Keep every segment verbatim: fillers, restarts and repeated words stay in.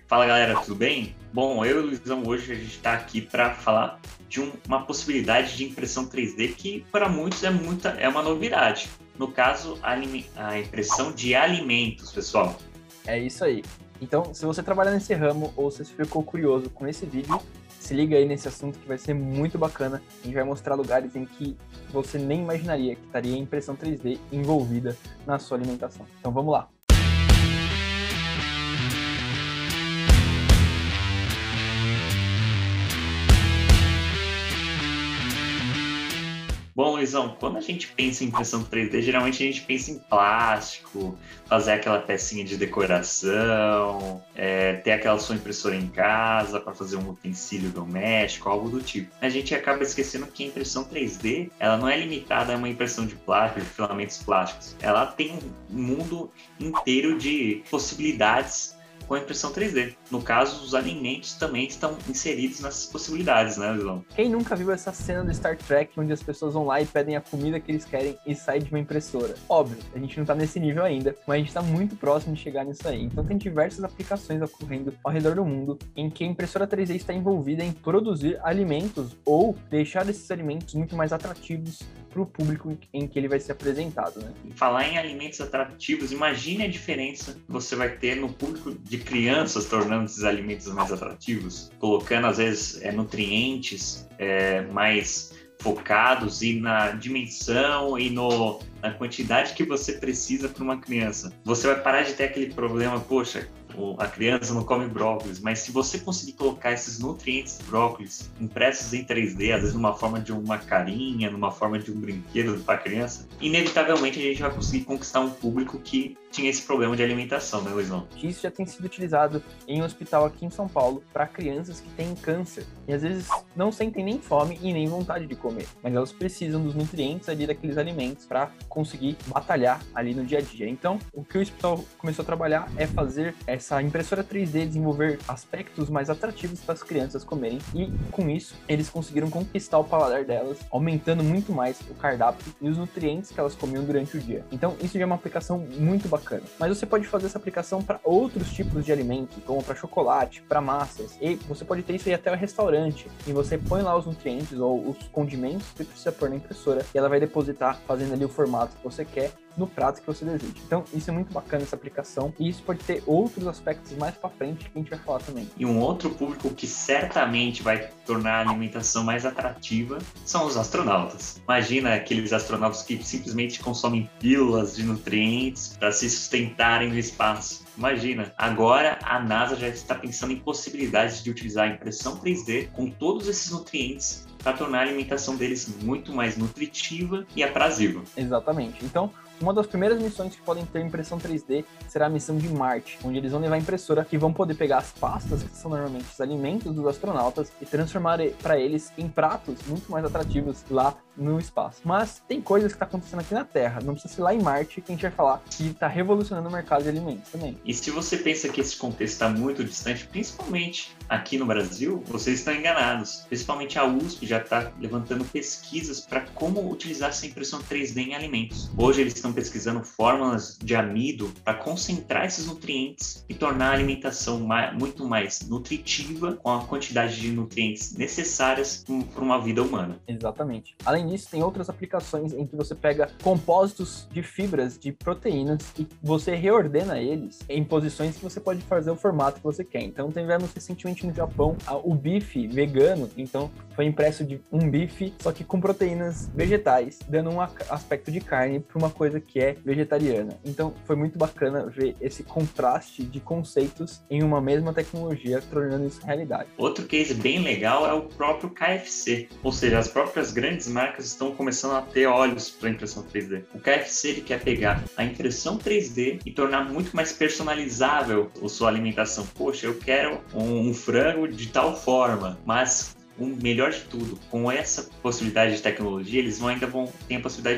Fala galera, tudo bem? Bom, eu e o Luizão hoje a gente está aqui para falar de um, uma possibilidade de impressão três D que para muitos é, muita, é uma novidade. No caso, a, a impressão de alimentos, pessoal. É isso aí. Então, se você trabalha nesse ramo ou se você ficou curioso com esse vídeo, se liga aí nesse assunto que vai ser muito bacana. A gente vai mostrar lugares em que você nem imaginaria que estaria a impressão três D envolvida na sua alimentação. Então vamos lá. Bom, Luizão, quando a gente pensa em impressão três D, geralmente a gente pensa em plástico, fazer aquela pecinha de decoração, é, ter aquela sua impressora em casa para fazer um utensílio doméstico, algo do tipo. A gente acaba esquecendo que a impressão três D, ela não é limitada a uma impressão de plástico, de filamentos plásticos. Ela tem um mundo inteiro de possibilidades com a impressão três D. No caso, os alimentos também estão inseridos nessas possibilidades, né, Luizão? Quem nunca viu essa cena do Star Trek, onde as pessoas vão lá e pedem a comida que eles querem e sai de uma impressora? Óbvio, a gente não tá nesse nível ainda, mas a gente tá muito próximo de chegar nisso aí. Então tem diversas aplicações ocorrendo ao redor do mundo em que a impressora três D está envolvida em produzir alimentos ou deixar esses alimentos muito mais atrativos para o público em que ele vai ser apresentado, né? Falar em alimentos atrativos, imagine a diferença que você vai ter no público de crianças tornando esses alimentos mais atrativos, colocando às vezes é, nutrientes é, mais focados e na dimensão e no, na quantidade que você precisa para uma criança. Você vai parar de ter aquele problema, poxa, a criança não come brócolis, mas se você conseguir colocar esses nutrientes brócolis impressos em três D, às vezes numa forma de uma carinha, numa forma de um brinquedo para a criança, inevitavelmente a gente vai conseguir conquistar um público que tinha esse problema de alimentação, né, Luizão? Isso já tem sido utilizado em um hospital aqui em São Paulo para crianças que têm câncer e às vezes não sentem nem fome e nem vontade de comer, mas elas precisam dos nutrientes ali daqueles alimentos para conseguir batalhar ali no dia a dia. Então, o que o hospital começou a trabalhar é fazer essa impressora três D, desenvolver aspectos mais atrativos para as crianças comerem e com isso eles conseguiram conquistar o paladar delas, aumentando muito mais o cardápio e os nutrientes que elas comiam durante o dia. Então, isso já é uma aplicação muito bacana. Mas você pode fazer essa aplicação para outros tipos de alimentos, como para chocolate, para massas, e você pode ter isso aí até o restaurante, e você põe lá os nutrientes ou os condimentos que precisa pôr na impressora, e ela vai depositar fazendo ali o formato que você quer no prato que você deseja. Então, isso é muito bacana, essa aplicação, e isso pode ter outros aspectos mais para frente que a gente vai falar também. E um outro público que certamente vai tornar a alimentação mais atrativa são os astronautas. Imagina aqueles astronautas que simplesmente consomem pílulas de nutrientes para se sustentarem no espaço. Imagina, agora a NASA já está pensando em possibilidades de utilizar a impressão três D com todos esses nutrientes para tornar a alimentação deles muito mais nutritiva e aprazível. Exatamente. Então, uma das primeiras missões que podem ter impressão três D será a missão de Marte, onde eles vão levar a impressora que vão poder pegar as pastas, que são normalmente os alimentos dos astronautas, e transformar para eles em pratos muito mais atrativos lá no espaço. Mas tem coisas que estão tá acontecendo aqui na Terra, não precisa ser lá em Marte que a gente vai falar, que está revolucionando o mercado de alimentos também. E se você pensa que esse contexto está muito distante, principalmente aqui no Brasil, vocês estão enganados. Principalmente a U S P já está levantando pesquisas para como utilizar essa impressão três D em alimentos. Hoje eles estão pesquisando fórmulas de amido para concentrar esses nutrientes e tornar a alimentação mais, muito mais nutritiva com a quantidade de nutrientes necessárias para uma vida humana. Exatamente. Além disso, tem outras aplicações em que você pega compósitos de fibras, de proteínas e você reordena eles em posições que você pode fazer o formato que você quer. Então, tivemos recentemente no Japão o bife vegano, então foi impresso de um bife, só que com proteínas vegetais, dando um aspecto de carne para uma coisa que é vegetariana. Então foi muito bacana ver esse contraste de conceitos em uma mesma tecnologia, tornando isso realidade. Outro case bem legal é o próprio K F C, ou seja, as próprias grandes marcas estão começando a ter olhos para a impressão três D. O K F C ele quer pegar a impressão três D e tornar muito mais personalizável a sua alimentação. Poxa, eu quero um, um frango de tal forma, mas o melhor de tudo, com essa possibilidade de tecnologia, eles vão, ainda vão ter a possibilidade de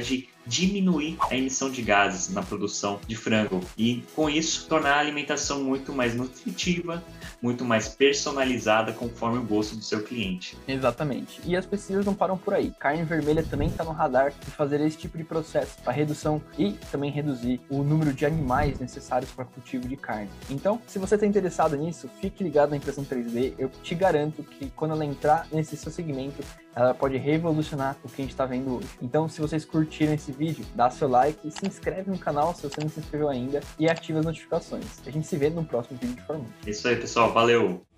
diminuir a emissão de gases na produção de frango e, com isso, tornar a alimentação muito mais nutritiva, muito mais personalizada conforme o gosto do seu cliente. Exatamente. E as pesquisas não param por aí. Carne vermelha também está no radar de fazer esse tipo de processo para redução e também reduzir o número de animais necessários para cultivo de carne. Então, se você está interessado nisso, fique ligado na impressão três D. Eu te garanto que quando ela entrar nesse seu segmento, ela pode revolucionar o que a gente está vendo hoje. Então, se vocês curtiram esse vídeo, dá seu like, se inscreve no canal se você não se inscreveu ainda e ativa as notificações. A gente se vê no próximo vídeo de Fórmula um. Isso aí, pessoal. Valeu!